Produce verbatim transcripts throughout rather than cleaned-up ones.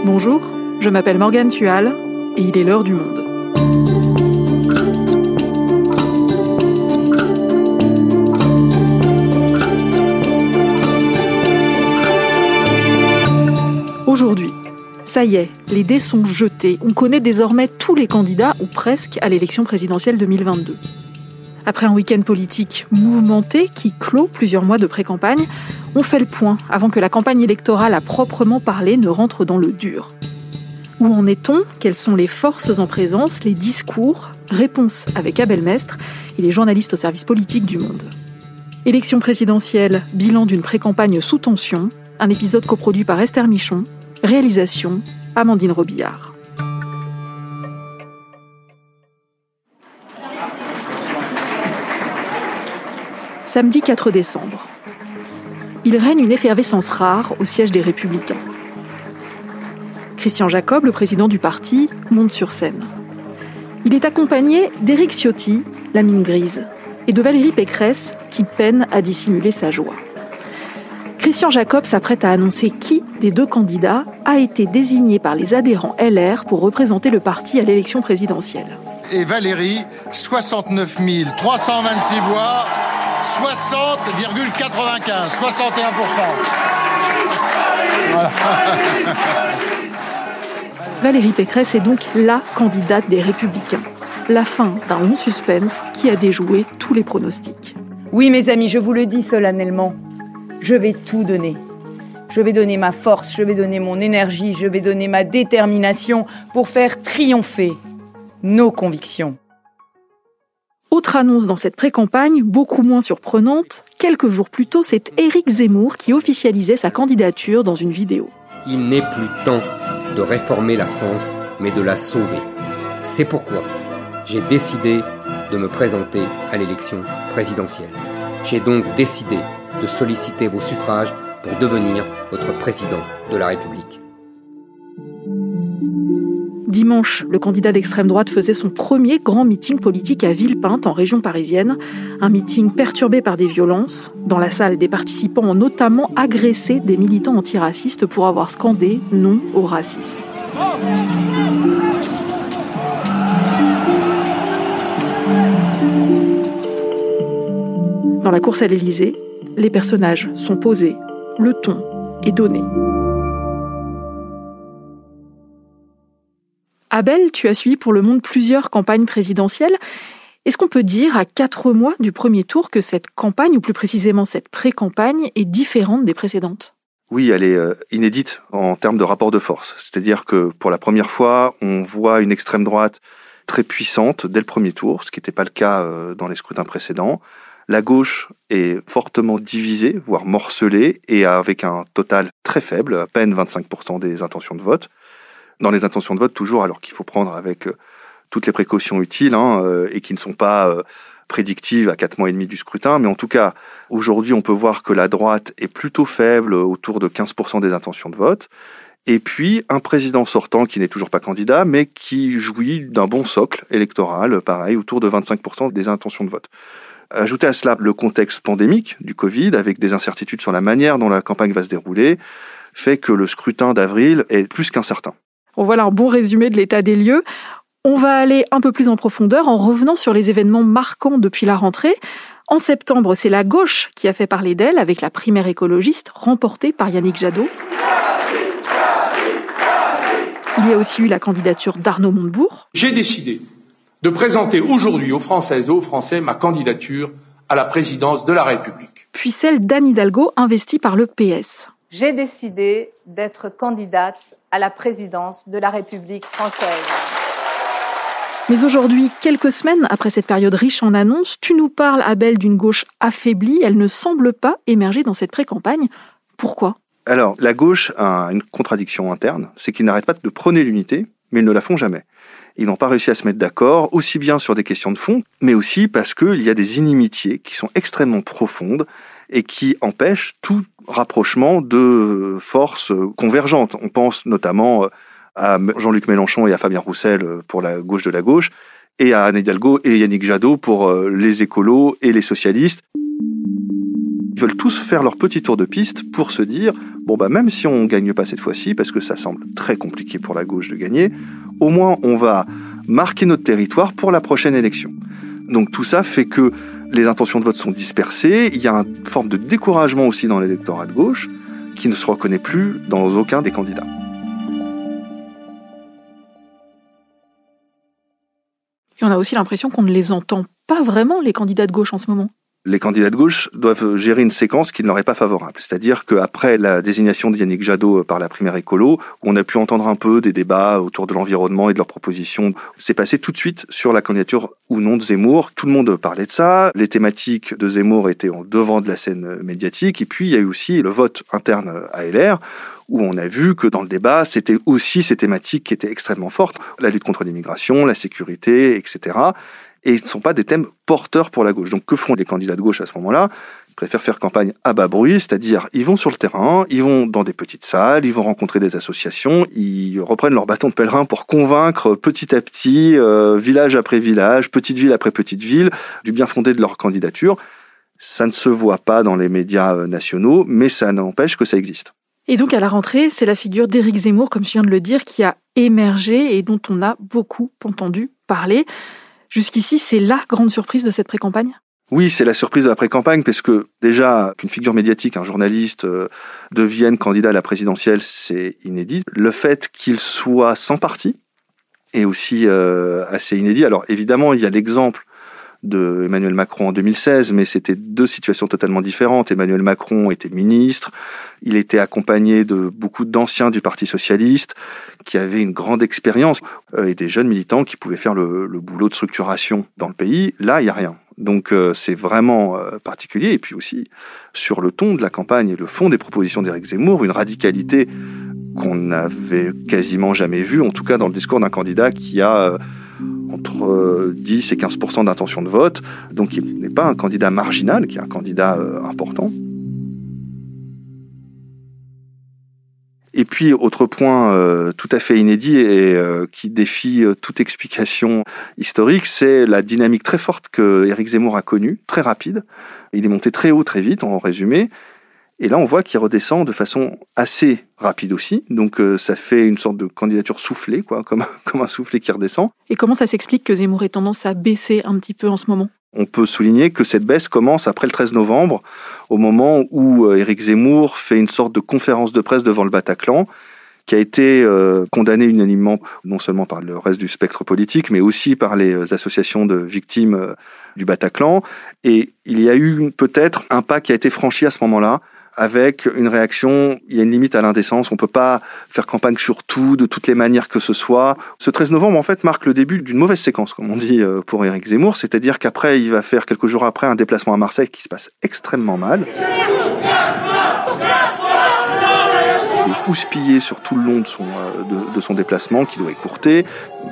Bonjour, je m'appelle Morgane Tual et il est l'heure du monde. Aujourd'hui, ça y est, les dés sont jetés. On connaît désormais tous les candidats, ou presque, à l'élection présidentielle deux mille vingt-deux. Après un week-end politique mouvementé qui clôt plusieurs mois de pré-campagne, on fait le point avant que la campagne électorale à proprement parler ne rentre dans le dur. Où en est-on ? Quelles sont les forces en présence, les discours ? Réponse avec Abel Mestre, il est journaliste au service politique du Monde. Élection présidentielle, bilan d'une pré-campagne sous tension, un épisode coproduit par Esther Michon, réalisation Amandine Robillard. Samedi quatre décembre. Il règne une effervescence rare au siège des Républicains. Christian Jacob, le président du parti, monte sur scène. Il est accompagné d'Éric Ciotti, la mine grise, et de Valérie Pécresse, qui peine à dissimuler sa joie. Christian Jacob s'apprête à annoncer qui des deux candidats a été désigné par les adhérents L R pour représenter le parti à l'élection présidentielle. Et Valérie, soixante-neuf mille trois cent vingt-six voix, soixante virgule quatre-vingt-quinze, soixante et un pour cent. Voilà. Valérie Pécresse est donc la candidate des Républicains. La fin d'un long suspense qui a déjoué tous les pronostics. Oui, mes amis, je vous le dis solennellement, je vais tout donner. Je vais donner ma force, je vais donner mon énergie, je vais donner ma détermination pour faire triompher nos convictions. Autre annonce dans cette pré-campagne, beaucoup moins surprenante, quelques jours plus tôt, c'est Éric Zemmour qui officialisait sa candidature dans une vidéo. Il n'est plus temps de réformer la France, mais de la sauver. C'est pourquoi j'ai décidé de me présenter à l'élection présidentielle. J'ai donc décidé de solliciter vos suffrages pour devenir votre président de la République. Dimanche, le candidat d'extrême droite faisait son premier grand meeting politique à Villepinte, en région parisienne. Un meeting perturbé par des violences. Dans la salle, des participants ont notamment agressé des militants antiracistes pour avoir scandé « non au racisme ». Dans la course à l'Élysée, les personnages sont posés, le ton est donné. Abel, tu as suivi pour Le Monde plusieurs campagnes présidentielles. Est-ce qu'on peut dire, à quatre mois du premier tour, que cette campagne, ou plus précisément cette pré-campagne, est différente des précédentes ? Oui, elle est inédite en termes de rapport de force. C'est-à-dire que pour la première fois, on voit une extrême droite très puissante dès le premier tour, ce qui n'était pas le cas dans les scrutins précédents. La gauche est fortement divisée, voire morcelée, et avec un total très faible, à peine vingt-cinq pour cent des intentions de vote. Dans les intentions de vote, toujours, alors qu'il faut prendre avec euh, toutes les précautions utiles, hein, euh, et qui ne sont pas euh, prédictives à quatre mois et demi du scrutin. Mais en tout cas, aujourd'hui, on peut voir que la droite est plutôt faible, autour de quinze pour cent des intentions de vote. Et puis, un président sortant qui n'est toujours pas candidat, mais qui jouit d'un bon socle électoral, pareil, autour de vingt-cinq pour cent des intentions de vote. Ajoutez à cela le contexte pandémique du Covid, avec des incertitudes sur la manière dont la campagne va se dérouler, fait que le scrutin d'avril est plus qu'incertain. Bon, voilà un bon résumé de l'état des lieux. On va aller un peu plus en profondeur en revenant sur les événements marquants depuis la rentrée. En septembre, c'est la gauche qui a fait parler d'elle avec la primaire écologiste remportée par Yannick Jadot. Il y a aussi eu la candidature d'Arnaud Montebourg. J'ai décidé de présenter aujourd'hui aux Françaises et aux Français ma candidature à la présidence de la République. Puis celle d'Anne Hidalgo, investie par le P S. J'ai décidé d'être candidate à la présidence de la République française. Mais aujourd'hui, quelques semaines après cette période riche en annonces, tu nous parles, Abel, d'une gauche affaiblie. Elle ne semble pas émerger dans cette pré-campagne. Pourquoi ? Alors, la gauche a une contradiction interne, c'est qu'ils n'arrêtent pas de prôner l'unité, mais ils ne la font jamais. Ils n'ont pas réussi à se mettre d'accord, aussi bien sur des questions de fond, mais aussi parce qu'il y a des inimitiés qui sont extrêmement profondes et qui empêchent tout rapprochement de forces convergentes. On pense notamment à Jean-Luc Mélenchon et à Fabien Roussel pour la gauche de la gauche, et à Anne Hidalgo et Yannick Jadot pour les écolos et les socialistes. veulent tous faire leur petit tour de piste pour se dire « Bon, bah même si on ne gagne pas cette fois-ci, parce que ça semble très compliqué pour la gauche de gagner, au moins on va marquer notre territoire pour la prochaine élection. » Donc tout ça fait que les intentions de vote sont dispersées, il y a une forme de découragement aussi dans l'électorat de gauche qui ne se reconnaît plus dans aucun des candidats. Et on a aussi l'impression qu'on ne les entend pas vraiment, les candidats de gauche en ce moment. Les candidats de gauche doivent gérer une séquence qui ne leur est pas favorable. C'est-à-dire qu'après la désignation de Yannick Jadot par la primaire écolo, on a pu entendre un peu des débats autour de l'environnement et de leurs propositions. C'est passé tout de suite sur la candidature ou non de Zemmour. Tout le monde parlait de ça. Les thématiques de Zemmour étaient en devant de la scène médiatique. Et puis, il y a eu aussi le vote interne à L R, où on a vu que dans le débat, c'était aussi ces thématiques qui étaient extrêmement fortes. La lutte contre l'immigration, la sécurité, et cetera. Et ce ne sont pas des thèmes porteurs pour la gauche. Donc que font les candidats de gauche à ce moment-là ? Ils préfèrent faire campagne à bas bruit, c'est-à-dire ils vont sur le terrain, ils vont dans des petites salles, ils vont rencontrer des associations, ils reprennent leur bâton de pèlerin pour convaincre petit à petit, euh, village après village, petite ville après petite ville, du bien fondé de leur candidature. Ça ne se voit pas dans les médias nationaux, mais ça n'empêche que ça existe. Et donc à la rentrée, c'est la figure d'Éric Zemmour, comme je viens de le dire, qui a émergé et dont on a beaucoup entendu parler. Jusqu'ici, c'est la grande surprise de cette pré-campagne ? Oui, c'est la surprise de la pré-campagne, parce que déjà, qu'une figure médiatique, un journaliste, euh, devienne candidat à la présidentielle, c'est inédit. Le fait qu'il soit sans parti est aussi euh, assez inédit. Alors évidemment, il y a l'exemple de Emmanuel Macron en deux mille seize, mais c'était deux situations totalement différentes. Emmanuel Macron était ministre, il était accompagné de beaucoup d'anciens du Parti socialiste qui avaient une grande expérience euh, et des jeunes militants qui pouvaient faire le, le boulot de structuration dans le pays. Là, il n'y a rien. Donc euh, c'est vraiment euh, particulier. Et puis aussi, sur le ton de la campagne et le fond des propositions d'Éric Zemmour, une radicalité qu'on n'avait quasiment jamais vue, en tout cas dans le discours d'un candidat qui a euh, entre dix et quinze pour cent d'intention de vote, donc il n'est pas un candidat marginal, qui est un candidat euh, important. Et puis, autre point euh, tout à fait inédit et euh, qui défie euh, toute explication historique, c'est la dynamique très forte que Éric Zemmour a connue, très rapide. Il est monté très haut, très vite, en résumé. Et là, on voit qu'il redescend de façon assez rapide aussi. Donc, euh, ça fait une sorte de candidature soufflée, quoi, comme, comme un soufflet qui redescend. Et comment ça s'explique que Zemmour ait tendance à baisser un petit peu en ce moment ? On peut souligner que cette baisse commence après le treize novembre, au moment où euh, Éric Zemmour fait une sorte de conférence de presse devant le Bataclan, qui a été euh, condamné unanimement, non seulement par le reste du spectre politique, mais aussi par les associations de victimes euh, du Bataclan. Et il y a eu peut-être un pas qui a été franchi à ce moment-là, avec une réaction, il y a une limite à l'indécence, on peut pas faire campagne sur tout, de toutes les manières que ce soit. Ce treize novembre, en fait, marque le début d'une mauvaise séquence, comme on dit pour Éric Zemmour, c'est-à-dire qu'après, il va faire quelques jours après un déplacement à Marseille qui se passe extrêmement mal. Des houspillés sur tout le long de son, de, de son déplacement, qui doit écourter.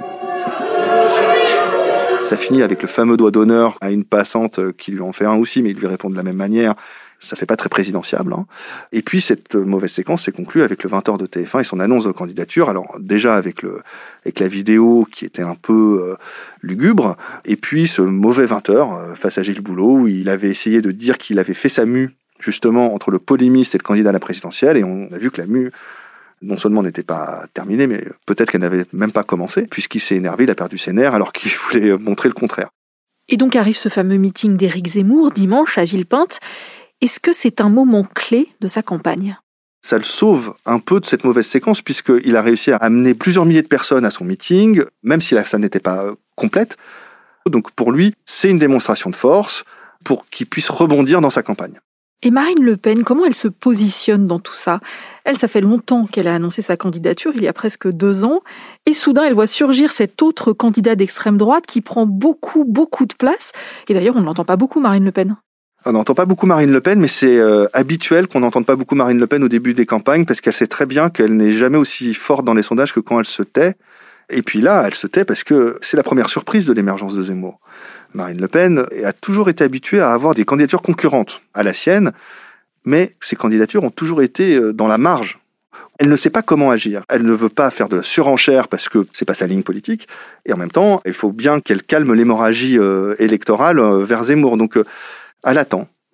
Ça finit avec le fameux doigt d'honneur à une passante qui lui en fait un aussi, mais il lui répond de la même manière. Ça fait pas très présidentiable. Hein. Et puis, cette mauvaise séquence s'est conclue avec le vingt heures de T F un et son annonce de candidature. Alors, déjà avec le, avec la vidéo qui était un peu euh, lugubre. Et puis, ce mauvais vingt heures euh, face à Gilles Boulot, où il avait essayé de dire qu'il avait fait sa mue, justement, entre le polémiste et le candidat à la présidentielle. Et on a vu que la mue, non seulement n'était pas terminée, mais peut-être qu'elle n'avait même pas commencé, puisqu'il s'est énervé, il a perdu ses nerfs, alors qu'il voulait montrer le contraire. Et donc arrive ce fameux meeting d'Éric Zemmour, dimanche, à Villepinte. Est-ce que c'est un moment clé de sa campagne ? Ça le sauve un peu de cette mauvaise séquence, puisqu'il a réussi à amener plusieurs milliers de personnes à son meeting, même si la salle n'était pas complète. Donc pour lui, c'est une démonstration de force pour qu'il puisse rebondir dans sa campagne. Et Marine Le Pen, comment elle se positionne dans tout ça ? Elle, ça fait longtemps qu'elle a annoncé sa candidature, il y a presque deux ans, et soudain, elle voit surgir cet autre candidat d'extrême droite qui prend beaucoup, beaucoup de place. Et d'ailleurs, on ne l'entend pas beaucoup, Marine Le Pen. On n'entend pas beaucoup Marine Le Pen, mais c'est euh, habituel qu'on n'entende pas beaucoup Marine Le Pen au début des campagnes, parce qu'elle sait très bien qu'elle n'est jamais aussi forte dans les sondages que quand elle se tait. Et puis là, elle se tait parce que c'est la première surprise de l'émergence de Zemmour. Marine Le Pen a toujours été habituée à avoir des candidatures concurrentes à la sienne, mais ces candidatures ont toujours été dans la marge. Elle ne sait pas comment agir. Elle ne veut pas faire de la surenchère parce que c'est pas sa ligne politique. Et en même temps, il faut bien qu'elle calme l'hémorragie euh, électorale euh, vers Zemmour. Donc, euh, elle attend.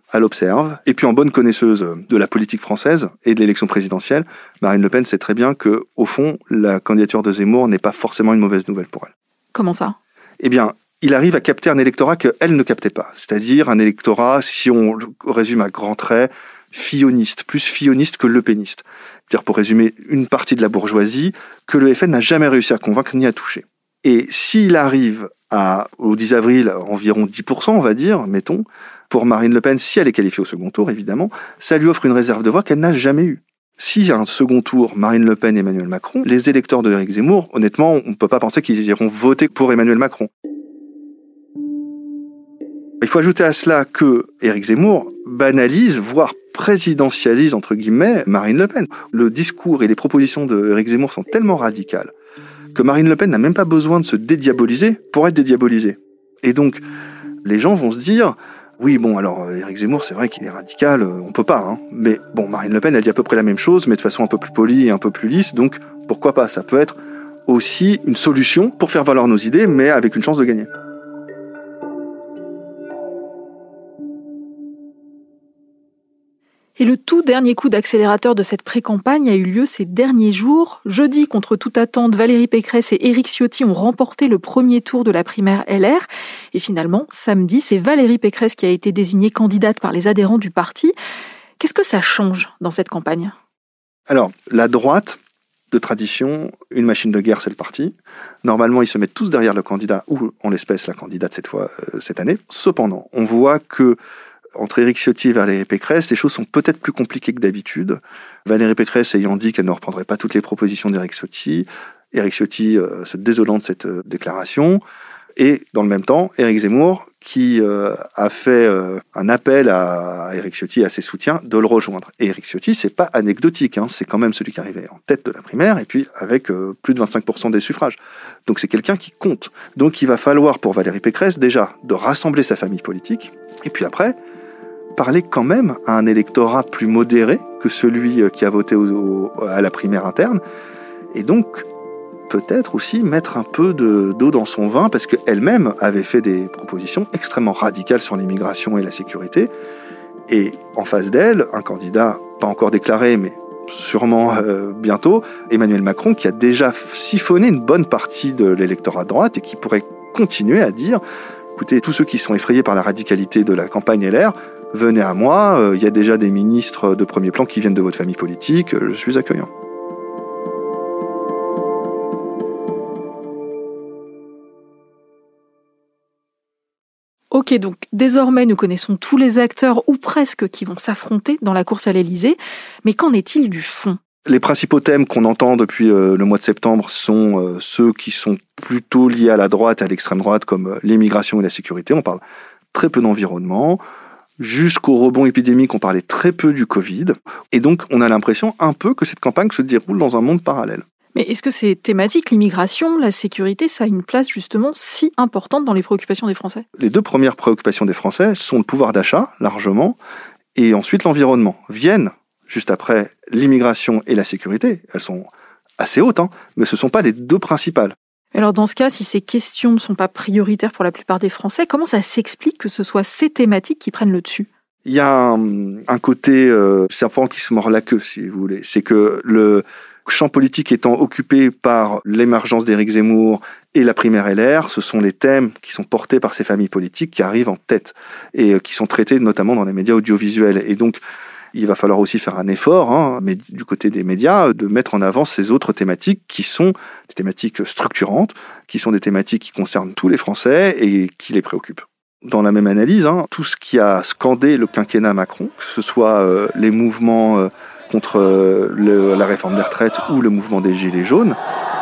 elle observe, et puis en bonne connaisseuse de la politique française et de l'élection présidentielle, Marine Le Pen sait très bien que, au fond, la candidature de Zemmour n'est pas forcément une mauvaise nouvelle pour elle. Comment ça ? Eh bien, il arrive à capter un électorat qu'elle ne captait pas. C'est-à-dire un électorat, si on le résume à grands traits, filloniste, plus filloniste que lepéniste. C'est-à-dire, pour résumer, une partie de la bourgeoisie que le F N n'a jamais réussi à convaincre ni à toucher. Et s'il arrive à, au dix avril, environ dix pour cent, on va dire, mettons, pour Marine Le Pen, si elle est qualifiée au second tour, évidemment, ça lui offre une réserve de voix qu'elle n'a jamais eue. S'il y a un second tour, Marine Le Pen et Emmanuel Macron, les électeurs de Éric Zemmour, honnêtement, on ne peut pas penser qu'ils iront voter pour Emmanuel Macron. Il faut ajouter à cela que Éric Zemmour banalise, voire présidentialise, entre guillemets, Marine Le Pen. Le discours et les propositions de Éric Zemmour sont tellement radicales que Marine Le Pen n'a même pas besoin de se dédiaboliser pour être dédiabolisée. Et donc, les gens vont se dire, oui, bon, alors, Éric Zemmour, c'est vrai qu'il est radical, on peut pas, hein. Mais bon, Marine Le Pen, elle dit à peu près la même chose, mais de façon un peu plus polie et un peu plus lisse, donc pourquoi pas? Ça peut être aussi une solution pour faire valoir nos idées, mais avec une chance de gagner. Et le tout dernier coup d'accélérateur de cette pré-campagne a eu lieu ces derniers jours. Jeudi, contre toute attente, Valérie Pécresse et Éric Ciotti ont remporté le premier tour de la primaire L R. Et finalement, samedi, c'est Valérie Pécresse qui a été désignée candidate par les adhérents du parti. Qu'est-ce que ça change dans cette campagne ? Alors, la droite, de tradition, une machine de guerre, c'est le parti. Normalement, ils se mettent tous derrière le candidat, ou en l'espèce la candidate cette fois, euh, cette année. Cependant, on voit que entre Éric Ciotti et Valérie Pécresse, les choses sont peut-être plus compliquées que d'habitude. Valérie Pécresse ayant dit qu'elle ne reprendrait pas toutes les propositions d'Éric Ciotti, Éric Ciotti euh, se désolant de cette euh, déclaration, et dans le même temps, Éric Zemmour qui euh, a fait euh, un appel à, à Éric Ciotti et à ses soutiens de le rejoindre. Et Éric Ciotti, c'est pas anecdotique, hein, c'est quand même celui qui arrivait en tête de la primaire, et puis avec euh, plus de vingt-cinq pour cent des suffrages. Donc c'est quelqu'un qui compte. Donc il va falloir pour Valérie Pécresse, déjà, de rassembler sa famille politique, et puis après, parler quand même à un électorat plus modéré que celui qui a voté au, au, à la primaire interne, et donc peut-être aussi mettre un peu de, d'eau dans son vin, parce qu'elle-même avait fait des propositions extrêmement radicales sur l'immigration et la sécurité, et en face d'elle, un candidat pas encore déclaré, mais sûrement euh, bientôt, Emmanuel Macron, qui a déjà siphonné une bonne partie de l'électorat de droite, et qui pourrait continuer à dire, écoutez, tous ceux qui sont effrayés par la radicalité de la campagne L R, venez à moi, il euh, y a déjà des ministres de premier plan qui viennent de votre famille politique, euh, je suis accueillant. Ok, donc désormais nous connaissons tous les acteurs, ou presque, qui vont s'affronter dans la course à l'Élysée. Mais qu'en est-il du fond ? Les principaux thèmes qu'on entend depuis euh, le mois de septembre sont euh, ceux qui sont plutôt liés à la droite et à l'extrême droite, comme euh, l'immigration et la sécurité. On parle très peu d'environnement. Jusqu'au rebond épidémique, on parlait très peu du Covid. Et donc, on a l'impression un peu que cette campagne se déroule dans un monde parallèle. Mais est-ce que ces thématiques, l'immigration, la sécurité, ça a une place justement si importante dans les préoccupations des Français ? Les deux premières préoccupations des Français sont le pouvoir d'achat, largement, et ensuite l'environnement. Viennent, juste après, l'immigration et la sécurité. Elles sont assez hautes, hein, mais ce ne sont pas les deux principales. Alors dans ce cas, si ces questions ne sont pas prioritaires pour la plupart des Français, comment ça s'explique que ce soit ces thématiques qui prennent le dessus ? Il y a un, un côté euh, serpent qui se mord la queue, si vous voulez. C'est que le champ politique étant occupé par l'émergence d'Éric Zemmour et la primaire L R, ce sont les thèmes qui sont portés par ces familles politiques qui arrivent en tête et euh, qui sont traités notamment dans les médias audiovisuels. Et donc, il va falloir aussi faire un effort, hein, mais du côté des médias, de mettre en avant ces autres thématiques qui sont des thématiques structurantes, qui sont des thématiques qui concernent tous les Français et qui les préoccupent. Dans la même analyse, hein, tout ce qui a scandé le quinquennat Macron, que ce soit euh, les mouvements euh, contre euh, le, la réforme des retraites ou le mouvement des Gilets jaunes,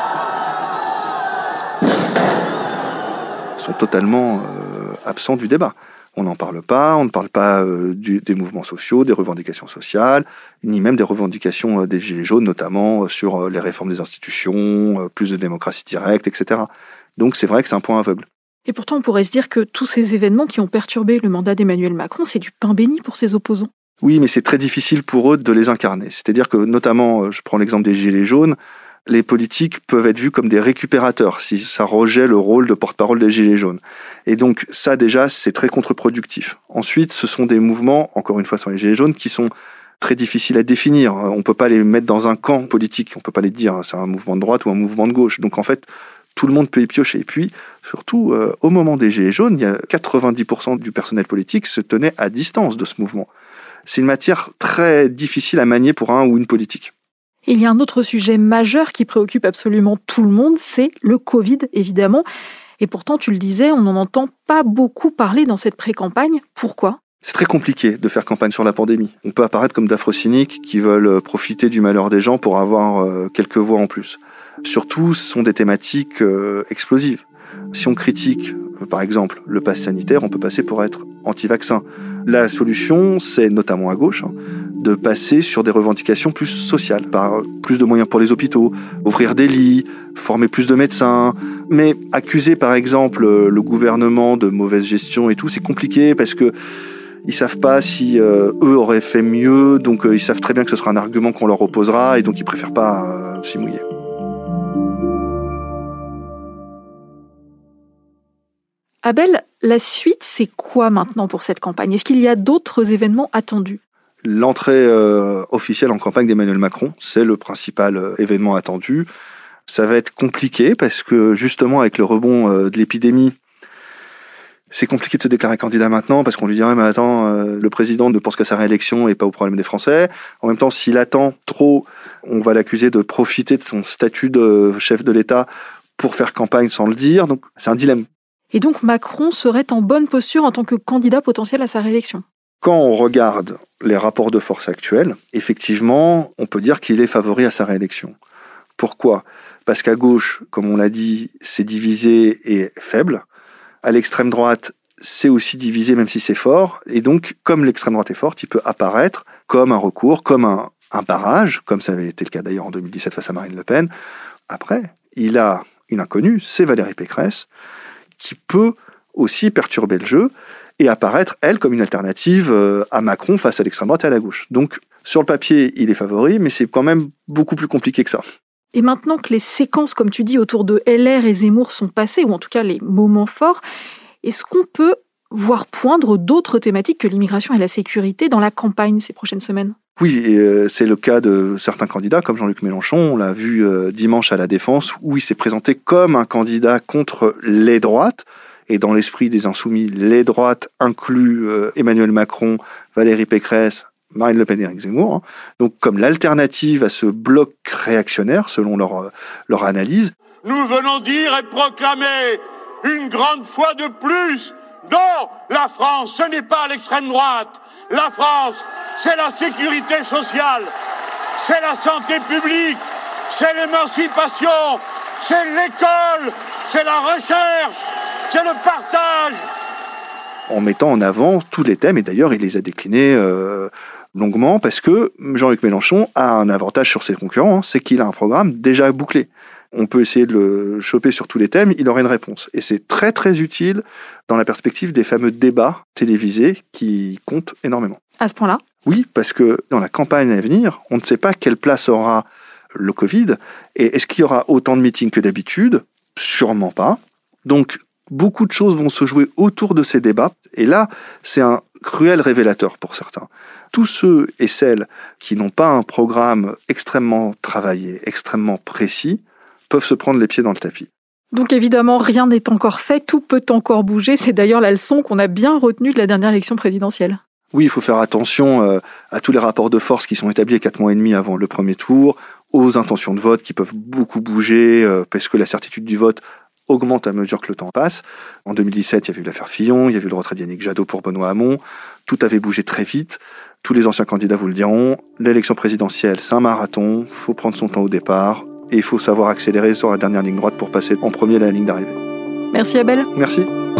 sont totalement euh, absents du débat. On n'en parle pas, on ne parle pas euh, du, des mouvements sociaux, des revendications sociales, ni même des revendications euh, des Gilets jaunes, notamment euh, sur euh, les réformes des institutions, euh, plus de démocratie directe, et cetera. Donc c'est vrai que c'est un point aveugle. Et pourtant, on pourrait se dire que tous ces événements qui ont perturbé le mandat d'Emmanuel Macron, c'est du pain béni pour ses opposants. Oui, mais c'est très difficile pour eux de les incarner. C'est-à-dire que, notamment, je prends l'exemple des Gilets jaunes, les politiques peuvent être vus comme des récupérateurs si ça rejet le rôle de porte-parole des Gilets jaunes. Et donc ça déjà, c'est très contre-productif. Ensuite, ce sont des mouvements, encore une fois sur les Gilets jaunes, qui sont très difficiles à définir. On ne peut pas les mettre dans un camp politique, on ne peut pas les dire c'est un mouvement de droite ou un mouvement de gauche. Donc en fait, tout le monde peut y piocher. Et puis, surtout, euh, au moment des Gilets jaunes, il y a quatre-vingt-dix pour cent du personnel politique se tenait à distance de ce mouvement. C'est une matière très difficile à manier pour un ou une politique. Il y a un autre sujet majeur qui préoccupe absolument tout le monde, c'est le Covid, évidemment. Et pourtant, tu le disais, on n'en entend pas beaucoup parler dans cette pré-campagne. Pourquoi ? C'est très compliqué de faire campagne sur la pandémie. On peut apparaître comme d'affreux cyniques qui veulent profiter du malheur des gens pour avoir euh, quelques voix en plus. Surtout, ce sont des thématiques euh, explosives. Si on critique, euh, par exemple, le pass sanitaire, on peut passer pour être anti-vaccin. La solution, c'est notamment à gauche, hein, de passer sur des revendications plus sociales, par plus de moyens pour les hôpitaux, ouvrir des lits, former plus de médecins. Mais accuser, par exemple, le gouvernement de mauvaise gestion et tout, c'est compliqué parce que ils savent pas si euh, eux auraient fait mieux, donc euh, ils savent très bien que ce sera un argument qu'on leur opposera, et donc ils préfèrent pas euh, s'y mouiller. Abel, la suite, c'est quoi maintenant pour cette campagne ? Est-ce qu'il y a d'autres événements attendus ? L'entrée euh, officielle en campagne d'Emmanuel Macron, c'est le principal euh, événement attendu. Ça va être compliqué parce que justement avec le rebond euh, de l'épidémie, c'est compliqué de se déclarer candidat maintenant parce qu'on lui dirait mais attends, euh, le président ne pense qu'à sa réélection et pas au problème des Français. En même temps, s'il attend trop, on va l'accuser de profiter de son statut de chef de l'État pour faire campagne sans le dire. Donc c'est un dilemme. Et donc Macron serait en bonne posture en tant que candidat potentiel à sa réélection ? Quand on regarde les rapports de force actuels, effectivement, on peut dire qu'il est favori à sa réélection. Pourquoi ? Parce qu'à gauche, comme on l'a dit, c'est divisé et faible. À l'extrême droite, c'est aussi divisé, même si c'est fort. Et donc, comme l'extrême droite est forte, il peut apparaître comme un recours, comme un, un barrage, comme ça avait été le cas d'ailleurs en deux mille dix-sept face à Marine Le Pen. Après, il a une inconnue, c'est Valérie Pécresse, qui peut aussi perturber le jeu et apparaître, elle, comme une alternative à Macron face à l'extrême droite et à la gauche. Donc, sur le papier, il est favori, mais c'est quand même beaucoup plus compliqué que ça. Et maintenant que les séquences, comme tu dis, autour de L R et Zemmour sont passées, ou en tout cas les moments forts, est-ce qu'on peut voir poindre d'autres thématiques que l'immigration et la sécurité dans la campagne ces prochaines semaines ? Oui, et euh, c'est le cas de certains candidats, comme Jean-Luc Mélenchon. On l'a vu euh, dimanche à la Défense, où il s'est présenté comme un candidat contre les droites. Et dans l'esprit des Insoumis, les droites incluent euh, Emmanuel Macron, Valérie Pécresse, Marine Le Pen et Éric Zemmour. Hein. Donc comme l'alternative à ce bloc réactionnaire, selon leur, euh, leur analyse. Nous venons dire et proclamer une grande fois de plus, non, la France, ce n'est pas l'extrême droite. La France, c'est la sécurité sociale, c'est la santé publique, c'est l'émancipation, c'est l'école, c'est la recherche, c'est le partage. En mettant en avant tous les thèmes, et d'ailleurs il les a déclinés euh, longuement, parce que Jean-Luc Mélenchon a un avantage sur ses concurrents, hein, c'est qu'il a un programme déjà bouclé. On peut essayer de le choper sur tous les thèmes, il aurait une réponse. Et c'est très très utile dans la perspective des fameux débats télévisés qui comptent énormément. À ce point-là ? Oui, parce que dans la campagne à venir, on ne sait pas quelle place aura le Covid. Et est-ce qu'il y aura autant de meetings que d'habitude ? Sûrement pas. Donc, beaucoup de choses vont se jouer autour de ces débats. Et là, c'est un cruel révélateur pour certains. Tous ceux et celles qui n'ont pas un programme extrêmement travaillé, extrêmement précis, peuvent se prendre les pieds dans le tapis. Donc évidemment, rien n'est encore fait, tout peut encore bouger. C'est d'ailleurs la leçon qu'on a bien retenue de la dernière élection présidentielle. Oui, il faut faire attention euh, à tous les rapports de force qui sont établis quatre mois et demi avant le premier tour, aux intentions de vote qui peuvent beaucoup bouger, euh, parce que la certitude du vote augmente à mesure que le temps passe. En deux mille dix-sept, il y avait eu l'affaire Fillon, il y avait eu le retrait d'Yannick Jadot pour Benoît Hamon. Tout avait bougé très vite. Tous les anciens candidats vous le diront. L'élection présidentielle, c'est un marathon. Il faut prendre son temps au départ. Et il faut savoir accélérer sur la dernière ligne droite pour passer en premier à la ligne d'arrivée. Merci Abel. Merci.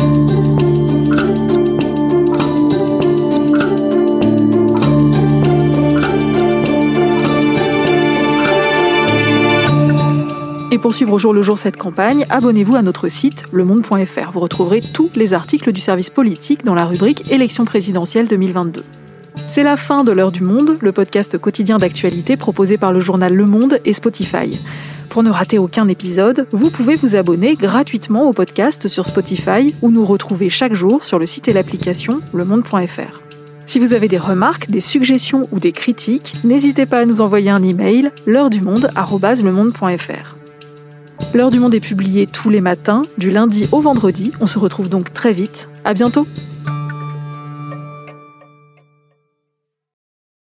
Et pour suivre au jour le jour cette campagne, abonnez-vous à notre site le monde point f r. Vous retrouverez tous les articles du service politique dans la rubrique Élections présidentielles deux mille vingt-deux. C'est la fin de l'Heure du Monde, le podcast quotidien d'actualité proposé par le journal Le Monde et Spotify. Pour ne rater aucun épisode, vous pouvez vous abonner gratuitement au podcast sur Spotify ou nous retrouver chaque jour sur le site et l'application lemonde point f r. Si vous avez des remarques, des suggestions ou des critiques, n'hésitez pas à nous envoyer un email l'heure du monde arobase lemonde point f r. L'Heure du Monde est publiée tous les matins, du lundi au vendredi. On se retrouve donc très vite. À bientôt!